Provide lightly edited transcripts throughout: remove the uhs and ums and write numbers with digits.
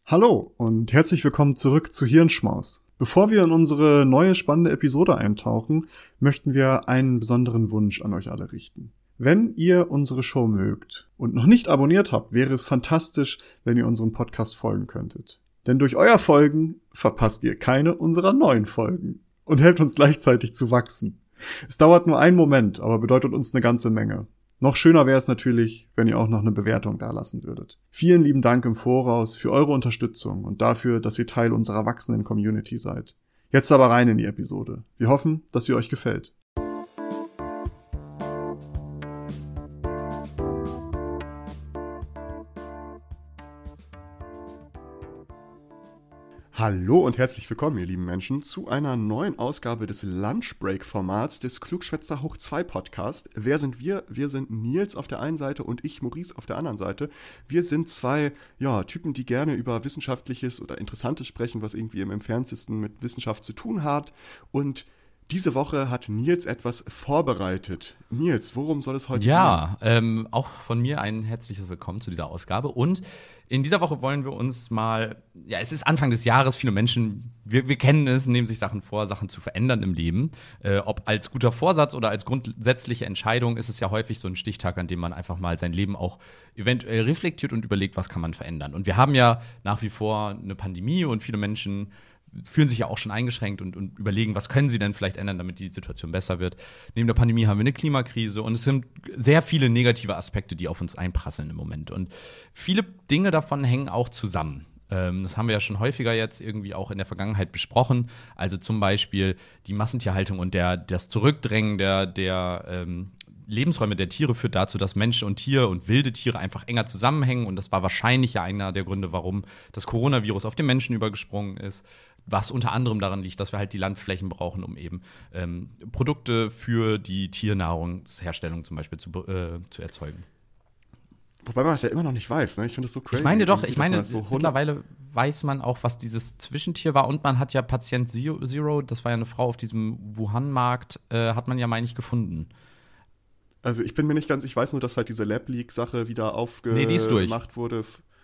Hallo und herzlich willkommen zurück zu Hirnschmaus. Bevor wir in unsere neue spannende Episode eintauchen, möchten wir einen besonderen Wunsch an euch alle richten. Wenn ihr unsere Show mögt und noch nicht abonniert habt, wäre es fantastisch, wenn ihr unserem Podcast folgen könntet. Denn durch euer Folgen verpasst ihr keine unserer neuen Folgen und helft uns gleichzeitig zu wachsen. Es dauert nur einen Moment, aber bedeutet uns eine ganze Menge. Noch schöner wäre es natürlich, wenn ihr auch noch eine Bewertung dalassen würdet. Vielen lieben Dank im Voraus für eure Unterstützung und dafür, dass ihr Teil unserer wachsenden Community seid. Jetzt aber rein in die Episode. Wir hoffen, dass sie euch gefällt. Hallo und herzlich willkommen, ihr lieben Menschen, zu einer neuen Ausgabe des Lunchbreak-Formats des Klugschwätzer Hoch 2 Podcast. Wer sind wir? Wir sind Nils auf der einen Seite und ich, Maurice, auf der anderen Seite. Wir sind zwei Typen, die gerne über Wissenschaftliches oder Interessantes sprechen, was irgendwie im entferntesten mit Wissenschaft zu tun hat. Und diese Woche hat Nils etwas vorbereitet. Nils, worum soll es heute gehen? Ja, auch von mir ein herzliches Willkommen zu dieser Ausgabe. Und in dieser Woche wollen wir uns mal, es ist Anfang des Jahres, viele Menschen, wir kennen es, nehmen sich Sachen vor, Sachen zu verändern im Leben. Ob als guter Vorsatz oder als grundsätzliche Entscheidung ist es ja häufig so ein Stichtag, an dem man einfach mal sein Leben auch eventuell reflektiert und überlegt, was kann man verändern. Und wir haben ja nach wie vor eine Pandemie und viele Menschen fühlen sich ja auch schon eingeschränkt und überlegen, was können sie denn vielleicht ändern, damit die Situation besser wird. Neben der Pandemie haben wir eine Klimakrise und es sind sehr viele negative Aspekte, die auf uns einprasseln im Moment. Und viele Dinge davon hängen auch zusammen. Das haben wir ja schon häufiger jetzt irgendwie auch in der Vergangenheit besprochen. Also zum Beispiel die Massentierhaltung und das Zurückdrängen der Lebensräume der Tiere führt dazu, dass Mensch und Tier und wilde Tiere einfach enger zusammenhängen. Und das war wahrscheinlich ja einer der Gründe, warum das Coronavirus auf den Menschen übergesprungen ist. Was unter anderem daran liegt, dass wir halt die Landflächen brauchen, um eben Produkte für die Tiernahrungsherstellung zum Beispiel zu erzeugen. Wobei man es ja immer noch nicht weiß, ne? Ich finde das so crazy. Ich meine, mittlerweile weiß man auch, was dieses Zwischentier war. Und man hat ja Patient Zero, das war ja eine Frau auf diesem Wuhan-Markt, hat man ja, meine ich, gefunden. Also ich bin mir nicht ganz, ich weiß nur, dass halt diese Lab-Leak-Sache wieder die ist durch. Gemacht wurde.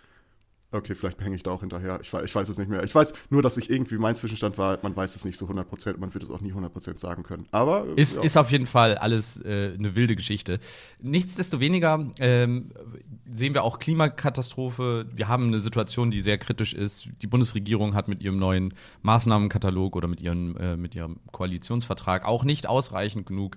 Okay, vielleicht hänge ich da auch hinterher. Ich weiß es nicht mehr. Ich weiß nur, dass mein Zwischenstand war, man weiß es nicht so 100%, man wird es auch nie 100% sagen können. Aber ist auf jeden Fall alles eine wilde Geschichte. Nichtsdestoweniger sehen wir auch Klimakatastrophe. Wir haben eine Situation, die sehr kritisch ist. Die Bundesregierung hat mit ihrem neuen Maßnahmenkatalog oder mit ihrem Koalitionsvertrag auch nicht ausreichend genug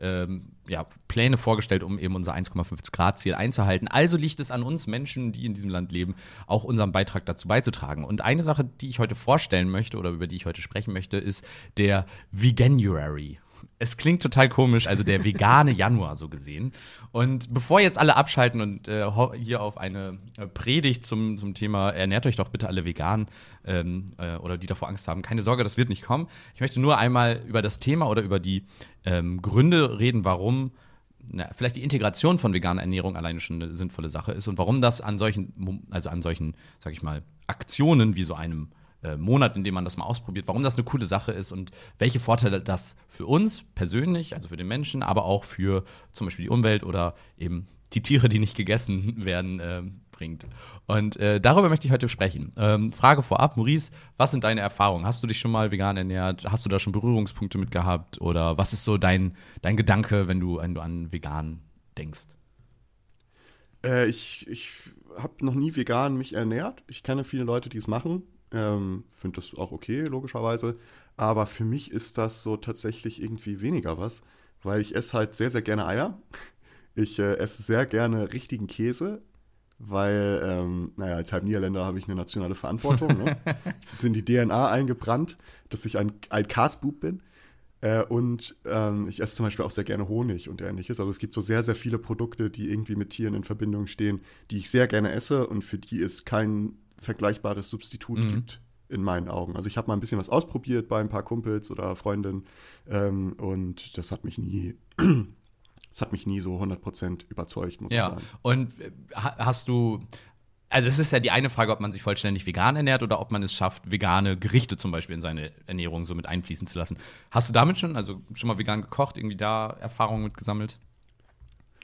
Pläne vorgestellt, um eben unser 1,5-Grad-Ziel einzuhalten. Also liegt es an uns Menschen, die in diesem Land leben, auch unseren Beitrag dazu beizutragen. Und eine Sache, die ich heute vorstellen möchte oder über die ich heute sprechen möchte, ist der Veganuary. Es klingt total komisch, also der vegane Januar so gesehen. Und bevor jetzt alle abschalten und hier auf eine Predigt zum Thema ernährt euch doch bitte alle vegan oder die davor Angst haben, keine Sorge, das wird nicht kommen. Ich möchte nur einmal über das Thema oder über die Gründe reden, warum vielleicht die Integration von veganer Ernährung alleine schon eine sinnvolle Sache ist und warum das an solchen, sag ich mal, Aktionen wie so einem Monat, in dem man das mal ausprobiert, warum das eine coole Sache ist und welche Vorteile das für uns persönlich, also für den Menschen, aber auch für zum Beispiel die Umwelt oder eben die Tiere, die nicht gegessen werden, bringt. Und darüber möchte ich heute sprechen. Frage vorab, Maurice, was sind deine Erfahrungen? Hast du dich schon mal vegan ernährt? Hast du da schon Berührungspunkte mit gehabt? Oder was ist so dein Gedanke, wenn du an vegan denkst? Ich habe noch nie vegan mich ernährt. Ich kenne viele Leute, die es machen. Finde das auch okay, logischerweise. Aber für mich ist das so tatsächlich irgendwie weniger was, weil ich esse halt sehr, sehr gerne Eier. Ich esse sehr gerne richtigen Käse, weil, als halb Niederländer habe ich eine nationale Verantwortung. Ne? Es ist in die DNA eingebrannt, dass ich ein Kaasbub bin. Und ich esse zum Beispiel auch sehr gerne Honig und Ähnliches. Also es gibt so sehr, sehr viele Produkte, die irgendwie mit Tieren in Verbindung stehen, die ich sehr gerne esse und für die es kein vergleichbares Substitut gibt in meinen Augen. Also ich habe mal ein bisschen was ausprobiert bei ein paar Kumpels oder Freundinnen und das hat mich nie so 100% überzeugt, muss ich sagen. Ja, und hast du, also es ist ja die eine Frage, ob man sich vollständig vegan ernährt oder ob man es schafft, vegane Gerichte zum Beispiel in seine Ernährung so mit einfließen zu lassen. Hast du damit schon mal vegan gekocht, irgendwie da Erfahrungen mit gesammelt?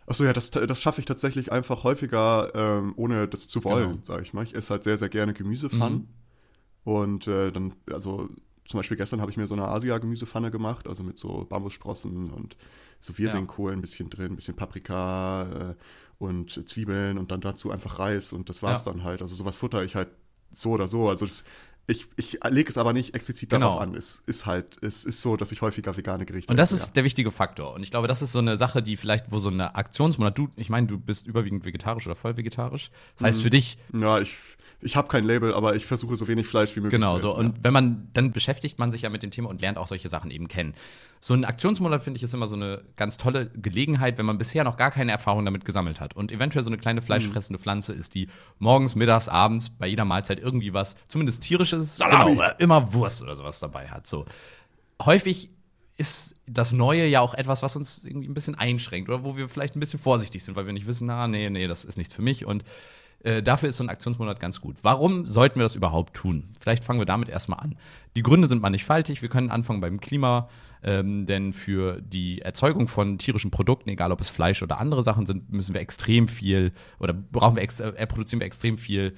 Achso, ja, das schaffe ich tatsächlich einfach häufiger, ohne das zu wollen, sage ich mal. Ich esse halt sehr, sehr gerne Gemüsepfannen. Und dann, also zum Beispiel gestern habe ich mir so eine Asia-Gemüsepfanne gemacht, also mit so Bambussprossen und so Wirsingkohl ein bisschen drin, ein bisschen Paprika und Zwiebeln und dann dazu einfach Reis und das war's dann halt. Also sowas futter ich halt so oder so. Also ich lege es aber nicht explizit darauf an. Es ist so, dass ich häufiger vegane Gerichte Und das ist der wichtige Faktor. Und ich glaube, das ist so eine Sache, die vielleicht, wo so eine Aktionsmonat, ich meine, du bist überwiegend vegetarisch oder voll vegetarisch. Das heißt für dich. Ja, ich habe kein Label, aber ich versuche so wenig Fleisch wie möglich zu essen. Genau, so. Und wenn man, dann beschäftigt man sich ja mit dem Thema und lernt auch solche Sachen eben kennen. So ein Aktionsmonat, finde ich, ist immer so eine ganz tolle Gelegenheit, wenn man bisher noch gar keine Erfahrung damit gesammelt hat. Und eventuell so eine kleine fleischfressende Pflanze ist, die morgens, mittags, abends bei jeder Mahlzeit irgendwie was, zumindest tierisches, Salami. Immer Wurst oder sowas dabei hat. So. Häufig ist das Neue ja auch etwas, was uns irgendwie ein bisschen einschränkt oder wo wir vielleicht ein bisschen vorsichtig sind, weil wir nicht wissen, nee, das ist nichts für mich. Und dafür ist so ein Aktionsmonat ganz gut. Warum sollten wir das überhaupt tun? Vielleicht fangen wir damit erstmal an. Die Gründe sind mannigfaltig. Wir können anfangen beim Klima, denn für die Erzeugung von tierischen Produkten, egal ob es Fleisch oder andere Sachen sind, müssen wir extrem viel oder produzieren wir extrem viel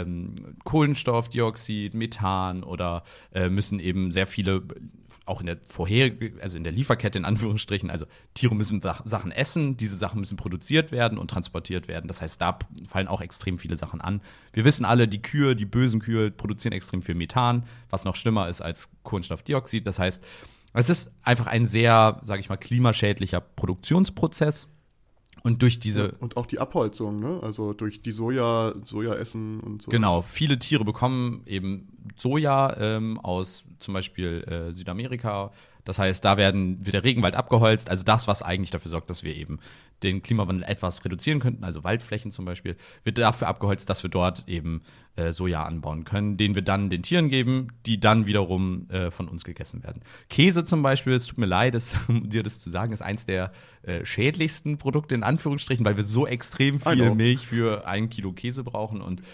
Kohlenstoffdioxid, Methan oder müssen eben sehr viele auch in der Lieferkette in Anführungsstrichen, also Tiere müssen Sachen essen, diese Sachen müssen produziert werden und transportiert werden. Das heißt, da fallen auch extrem viele Sachen an. Wir wissen alle, die bösen Kühe produzieren extrem viel Methan, was noch schlimmer ist als Kohlenstoffdioxid. Das heißt, es ist einfach ein sehr, sage ich mal, klimaschädlicher Produktionsprozess. Und durch diese. Und auch die Abholzung, ne? Also durch die Sojaessen und so. Genau, viele Tiere bekommen eben Soja aus zum Beispiel Südamerika. Das heißt, da wird der Regenwald abgeholzt. Also das, was eigentlich dafür sorgt, dass wir eben den Klimawandel etwas reduzieren könnten, also Waldflächen zum Beispiel, wird dafür abgeholzt, dass wir dort eben Soja anbauen können, den wir dann den Tieren geben, die dann wiederum von uns gegessen werden. Käse zum Beispiel, es tut mir leid, dir das zu sagen, ist eins der schädlichsten Produkte in Anführungsstrichen, weil wir so extrem viel Milch für 1 Kilo Käse brauchen. Und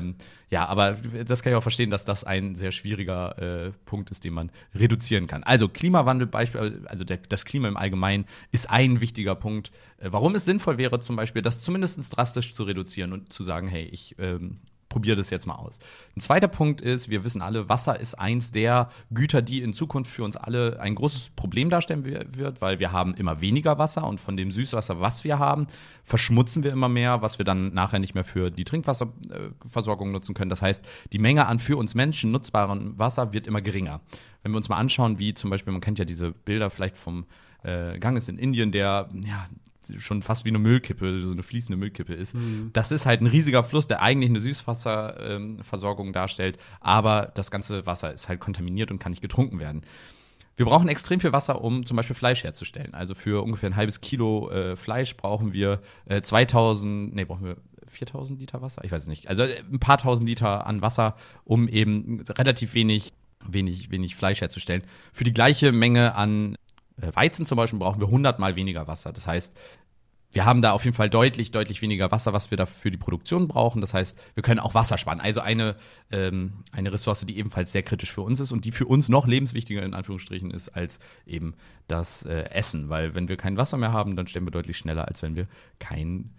aber das kann ich auch verstehen, dass das ein sehr schwieriger Punkt ist, den man reduzieren kann. Also Klimawandel, also das Klima im Allgemeinen ist ein wichtiger Punkt, warum es sinnvoll wäre, zum Beispiel das zumindest drastisch zu reduzieren und zu sagen, hey, ich probiere das jetzt mal aus. Ein zweiter Punkt ist, wir wissen alle, Wasser ist eins der Güter, die in Zukunft für uns alle ein großes Problem darstellen wird, weil wir haben immer weniger Wasser und von dem Süßwasser, was wir haben, verschmutzen wir immer mehr, was wir dann nachher nicht mehr für die Trinkwasserversorgung nutzen können. Das heißt, die Menge an für uns Menschen nutzbarem Wasser wird immer geringer. Wenn wir uns mal anschauen, wie zum Beispiel, man kennt ja diese Bilder vielleicht vom Ganges in Indien, der schon fast wie eine Müllkippe, so eine fließende Müllkippe ist. Das ist halt ein riesiger Fluss, der eigentlich eine Süßwasserversorgung darstellt, aber das ganze Wasser ist halt kontaminiert und kann nicht getrunken werden. Wir brauchen extrem viel Wasser, um zum Beispiel Fleisch herzustellen. Also für ungefähr ein halbes Kilo Fleisch brauchen wir 4.000 Liter Wasser? Ich weiß es nicht. Also ein paar tausend Liter an Wasser, um eben relativ wenig Fleisch herzustellen. Für die gleiche Menge an Weizen zum Beispiel brauchen wir 100-mal weniger Wasser. Das heißt, wir haben da auf jeden Fall deutlich weniger Wasser, was wir da für die Produktion brauchen. Das heißt, wir können auch Wasser sparen. Also eine Ressource, die ebenfalls sehr kritisch für uns ist und die für uns noch lebenswichtiger in Anführungsstrichen ist als eben das Essen. Weil wenn wir kein Wasser mehr haben, dann sterben wir deutlich schneller, als wenn wir kein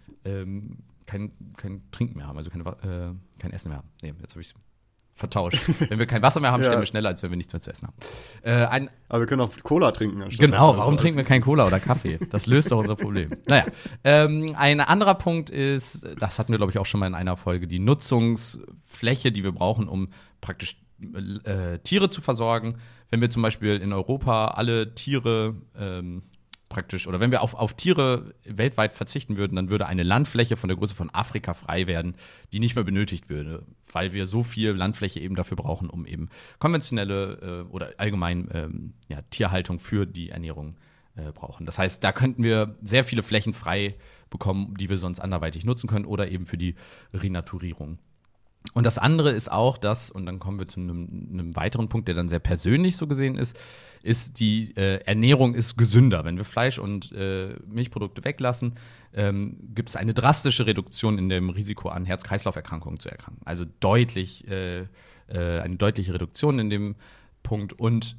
Trinken mehr haben, also kein Essen mehr haben. Nee, jetzt habe ich vertauscht. Wenn wir kein Wasser mehr haben, sterben wir schneller, als wenn wir nichts mehr zu essen haben. Aber wir können auch Cola trinken. Genau, warum trinken wir kein Cola oder Kaffee? Das löst doch unser Problem. Naja, ein anderer Punkt ist, das hatten wir, glaube ich, auch schon mal in einer Folge, die Nutzungsfläche, die wir brauchen, um praktisch Tiere zu versorgen. Wenn wir zum Beispiel in Europa alle Tiere oder wenn wir auf Tiere weltweit verzichten würden, dann würde eine Landfläche von der Größe von Afrika frei werden, die nicht mehr benötigt würde, weil wir so viel Landfläche eben dafür brauchen, um eben konventionelle oder allgemein Tierhaltung für die Ernährung brauchen. Das heißt, da könnten wir sehr viele Flächen frei bekommen, die wir sonst anderweitig nutzen können oder eben für die Renaturierung. Und das andere ist auch das, und dann kommen wir zu einem weiteren Punkt, der dann sehr persönlich so gesehen ist die Ernährung ist gesünder. Wenn wir Fleisch und Milchprodukte weglassen, gibt es eine drastische Reduktion in dem Risiko an Herz-Kreislauf-Erkrankungen zu erkranken. Also eine deutliche Reduktion in dem Punkt. Und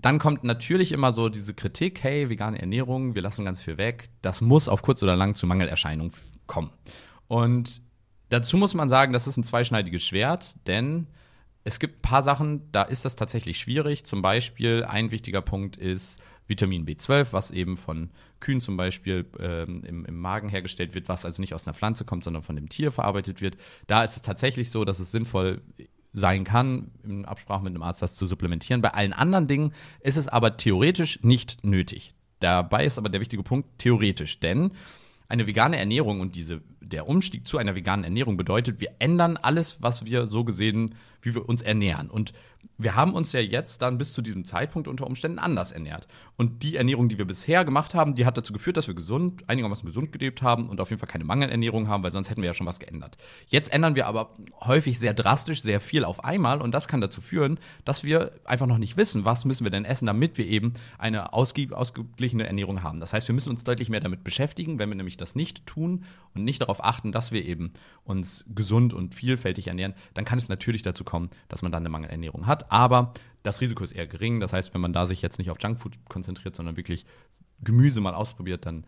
dann kommt natürlich immer so diese Kritik, hey, vegane Ernährung, wir lassen ganz viel weg. Das muss auf kurz oder lang zu Mangelerscheinungen kommen. Und dazu muss man sagen, das ist ein zweischneidiges Schwert, denn es gibt ein paar Sachen, da ist das tatsächlich schwierig. Zum Beispiel ein wichtiger Punkt ist Vitamin B12, was eben von Kühen zum Beispiel im Magen hergestellt wird, was also nicht aus einer Pflanze kommt, sondern von dem Tier verarbeitet wird. Da ist es tatsächlich so, dass es sinnvoll sein kann, in Absprache mit einem Arzt das zu supplementieren. Bei allen anderen Dingen ist es aber theoretisch nicht nötig. Dabei ist aber der wichtige Punkt theoretisch, denn eine vegane Ernährung und der Umstieg zu einer veganen Ernährung bedeutet, wir ändern alles, was wir so gesehen, wie wir uns ernähren. Und wir haben uns ja jetzt dann bis zu diesem Zeitpunkt unter Umständen anders ernährt. Und die Ernährung, die wir bisher gemacht haben, die hat dazu geführt, dass wir einigermaßen gesund gelebt haben und auf jeden Fall keine Mangelernährung haben, weil sonst hätten wir ja schon was geändert. Jetzt ändern wir aber häufig sehr drastisch, sehr viel auf einmal und das kann dazu führen, dass wir einfach noch nicht wissen, was müssen wir denn essen, damit wir eben eine ausgeglichene Ernährung haben. Das heißt, wir müssen uns deutlich mehr damit beschäftigen, wenn wir nämlich das nicht tun und nicht darauf achten, dass wir eben uns gesund und vielfältig ernähren, dann kann es natürlich dazu kommen, dass man dann eine Mangelernährung hat. Aber das Risiko ist eher gering. Das heißt, wenn man da sich jetzt nicht auf Junkfood konzentriert, sondern wirklich Gemüse mal ausprobiert, dann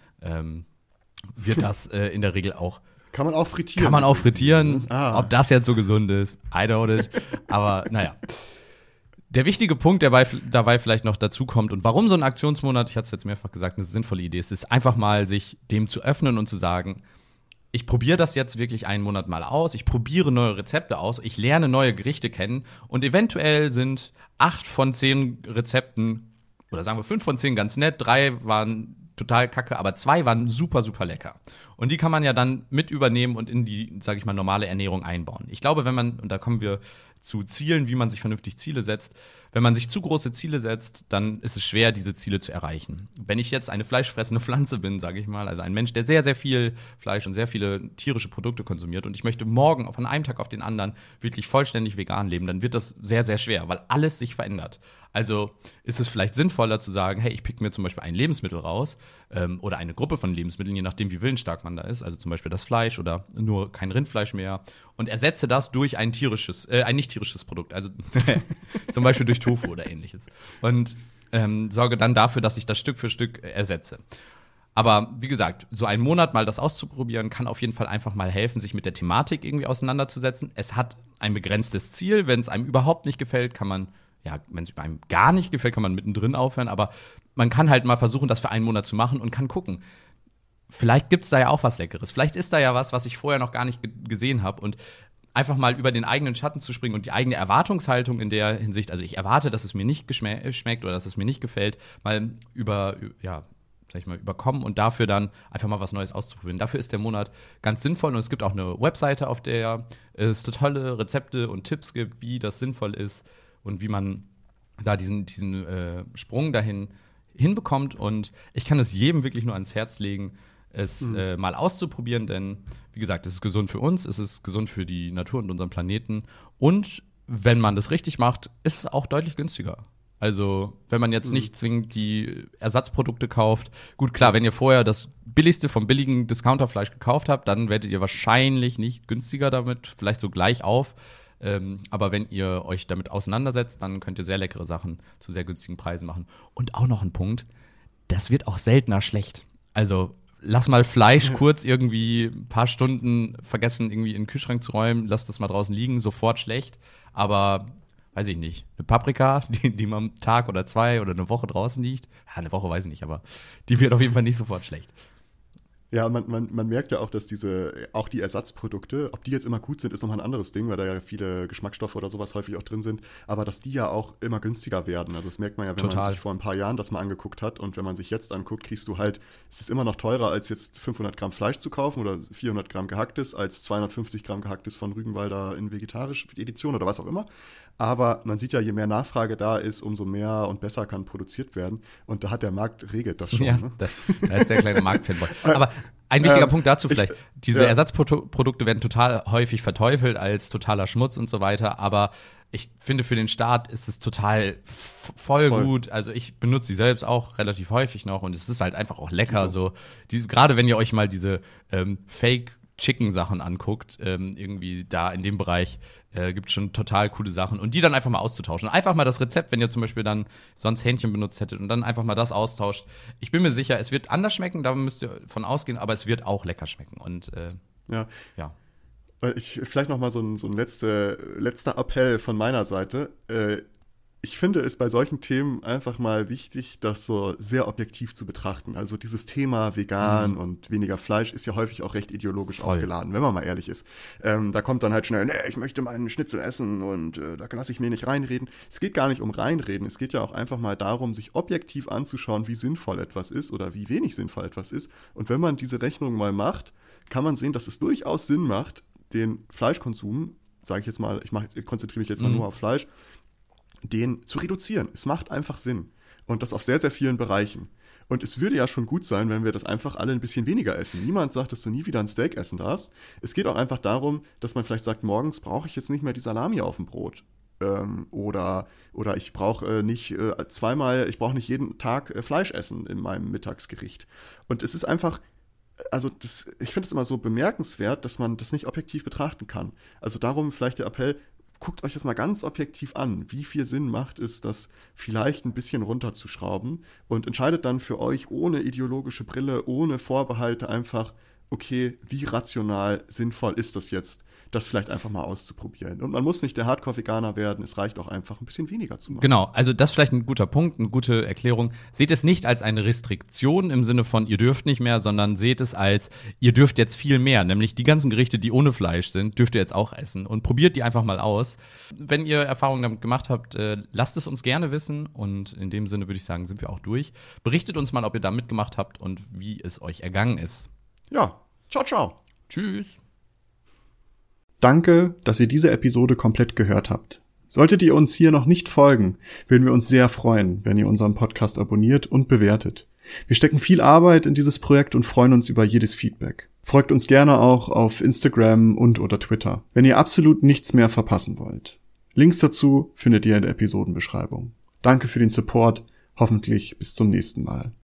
wird das in der Regel auch. Kann man auch frittieren. Kann man auch frittieren. Ah. Ob das jetzt so gesund ist, I doubt it. Aber naja. Der wichtige Punkt, der dabei vielleicht noch dazu kommt und warum so ein Aktionsmonat, ich hatte es jetzt mehrfach gesagt, eine sinnvolle Idee ist einfach mal, sich dem zu öffnen und zu sagen, ich probiere das jetzt wirklich einen Monat mal aus, ich probiere neue Rezepte aus, ich lerne neue Gerichte kennen und eventuell sind 8 von 10 Rezepten oder sagen wir 5 von 10 ganz nett, 3 waren total kacke, aber 2 waren super, super lecker. Und die kann man ja dann mit übernehmen und in die, sage ich mal, normale Ernährung einbauen. Ich glaube, wenn man, und da kommen wir zu Zielen, wie man sich vernünftig Ziele setzt, wenn man sich zu große Ziele setzt, dann ist es schwer, diese Ziele zu erreichen. Wenn ich jetzt eine fleischfressende Pflanze bin, sage ich mal, also ein Mensch, der sehr, sehr viel Fleisch und sehr viele tierische Produkte konsumiert und ich möchte morgen von einem Tag auf den anderen wirklich vollständig vegan leben, dann wird das sehr, sehr schwer, weil alles sich verändert. Also ist es vielleicht sinnvoller zu sagen, hey, ich pick mir zum Beispiel ein Lebensmittel raus oder eine Gruppe von Lebensmitteln, je nachdem, wie willensstark man da ist, also zum Beispiel das Fleisch oder nur kein Rindfleisch mehr und ersetze das durch ein nicht tierisches Produkt, also zum Beispiel durch Tofu oder ähnliches und sorge dann dafür, dass ich das Stück für Stück ersetze. Aber wie gesagt, so einen Monat mal das auszuprobieren, kann auf jeden Fall einfach mal helfen, sich mit der Thematik irgendwie auseinanderzusetzen. Es hat ein begrenztes Ziel. Wenn es einem überhaupt nicht gefällt, kann man, ja, wenn es einem gar nicht gefällt, kann man mittendrin aufhören. Aber man kann halt mal versuchen, das für einen Monat zu machen und kann gucken. Vielleicht gibt es da ja auch was Leckeres. Vielleicht ist da ja was ich vorher noch gar nicht gesehen habe. Und einfach mal über den eigenen Schatten zu springen und die eigene Erwartungshaltung in der Hinsicht, also ich erwarte, dass es mir nicht schmeckt oder dass es mir nicht gefällt, mal überkommen und dafür dann einfach mal was Neues auszuprobieren. Dafür ist der Monat ganz sinnvoll und es gibt auch eine Webseite, auf der es tolle Rezepte und Tipps gibt, wie das sinnvoll ist und wie man da diesen Sprung dahin hinbekommt und ich kann es jedem wirklich nur ans Herz legen, es mal auszuprobieren, denn wie gesagt, es ist gesund für uns, es ist gesund für die Natur und unseren Planeten und wenn man das richtig macht, ist es auch deutlich günstiger. Also, wenn man jetzt nicht zwingend die Ersatzprodukte kauft, gut, klar, wenn ihr vorher das billigste vom billigen Discounterfleisch gekauft habt, dann werdet ihr wahrscheinlich nicht günstiger damit, vielleicht so gleich auf. Aber wenn ihr euch damit auseinandersetzt, dann könnt ihr sehr leckere Sachen zu sehr günstigen Preisen machen. Und auch noch ein Punkt, das wird auch seltener schlecht. Also, lass mal Fleisch kurz irgendwie ein paar Stunden vergessen, irgendwie in den Kühlschrank zu räumen, lass das mal draußen liegen, sofort schlecht. Aber weiß ich nicht, eine Paprika, die mal einen Tag oder 2 oder eine Woche draußen liegt. Ja, eine Woche weiß ich nicht, aber die wird auf jeden Fall nicht sofort schlecht. Ja, man merkt ja auch, dass auch die Ersatzprodukte, ob die jetzt immer gut sind, ist nochmal ein anderes Ding, weil da ja viele Geschmacksstoffe oder sowas häufig auch drin sind, aber dass die ja auch immer günstiger werden. Also das merkt man ja, wenn man sich vor ein paar Jahren das mal angeguckt hat und wenn man sich jetzt anguckt, kriegst du halt, es ist immer noch teurer, als jetzt 500 Gramm Fleisch zu kaufen oder 400 Gramm gehacktes, als 250 Gramm gehacktes von Rügenwalder in vegetarisch Edition oder was auch immer. Aber man sieht ja, je mehr Nachfrage da ist, umso mehr und besser kann produziert werden. Und da hat der Markt, regelt das schon. Ja, ne? da ist der kleine Marktfanboy. Aber ein wichtiger Punkt dazu vielleicht. Diese Ersatzprodukte werden total häufig verteufelt als totaler Schmutz und so weiter. Aber ich finde, für den Staat ist es total voll gut. Also ich benutze sie selbst auch relativ häufig noch. Und es ist halt einfach auch lecker. So, gerade wenn ihr euch mal diese Fake Chicken-Sachen anguckt, irgendwie da in dem Bereich gibt es schon total coole Sachen. Und die dann einfach mal auszutauschen. Einfach mal das Rezept, wenn ihr zum Beispiel dann sonst Hähnchen benutzt hättet und dann einfach mal das austauscht. Ich bin mir sicher, es wird anders schmecken, da müsst ihr von ausgehen, aber es wird auch lecker schmecken. Und ja. Vielleicht noch mal so ein letzter Appell von meiner Seite. Ich finde es bei solchen Themen einfach mal wichtig, das so sehr objektiv zu betrachten. Also dieses Thema vegan und weniger Fleisch ist ja häufig auch recht ideologisch aufgeladen, wenn man mal ehrlich ist. Da kommt dann halt schnell, ich möchte meinen Schnitzel essen und da lasse ich mir nicht reinreden. Es geht gar nicht um reinreden, es geht ja auch einfach mal darum, sich objektiv anzuschauen, wie sinnvoll etwas ist oder wie wenig sinnvoll etwas ist. Und wenn man diese Rechnung mal macht, kann man sehen, dass es durchaus Sinn macht, den Fleischkonsum, sage ich jetzt mal, ich konzentriere mich jetzt mal nur auf Fleisch, den zu reduzieren. Es macht einfach Sinn. Und das auf sehr, sehr vielen Bereichen. Und es würde ja schon gut sein, wenn wir das einfach alle ein bisschen weniger essen. Niemand sagt, dass du nie wieder ein Steak essen darfst. Es geht auch einfach darum, dass man vielleicht sagt, morgens brauche ich jetzt nicht mehr die Salami auf dem Brot. Oder ich brauche nicht ich brauche nicht jeden Tag Fleisch essen in meinem Mittagsgericht. Und es ist einfach, ich finde es immer so bemerkenswert, dass man das nicht objektiv betrachten kann. Also darum vielleicht der Appell, guckt euch das mal ganz objektiv an. Wie viel Sinn macht es, das vielleicht ein bisschen runterzuschrauben und entscheidet dann für euch ohne ideologische Brille, ohne Vorbehalte einfach, okay, wie rational sinnvoll ist das jetzt, das vielleicht einfach mal auszuprobieren. Und man muss nicht der Hardcore-Veganer werden, es reicht auch einfach, ein bisschen weniger zu machen. Genau, also das ist vielleicht ein guter Punkt, eine gute Erklärung. Seht es nicht als eine Restriktion im Sinne von, ihr dürft nicht mehr, sondern seht es als, ihr dürft jetzt viel mehr. Nämlich die ganzen Gerichte, die ohne Fleisch sind, dürft ihr jetzt auch essen. Und probiert die einfach mal aus. Wenn ihr Erfahrungen damit gemacht habt, lasst es uns gerne wissen. Und in dem Sinne würde ich sagen, sind wir auch durch. Berichtet uns mal, ob ihr da mitgemacht habt und wie es euch ergangen ist. Ja, ciao, ciao. Tschüss. Danke, dass ihr diese Episode komplett gehört habt. Solltet ihr uns hier noch nicht folgen, würden wir uns sehr freuen, wenn ihr unseren Podcast abonniert und bewertet. Wir stecken viel Arbeit in dieses Projekt und freuen uns über jedes Feedback. Folgt uns gerne auch auf Instagram und/oder Twitter, wenn ihr absolut nichts mehr verpassen wollt. Links dazu findet ihr in der Episodenbeschreibung. Danke für den Support, hoffentlich bis zum nächsten Mal.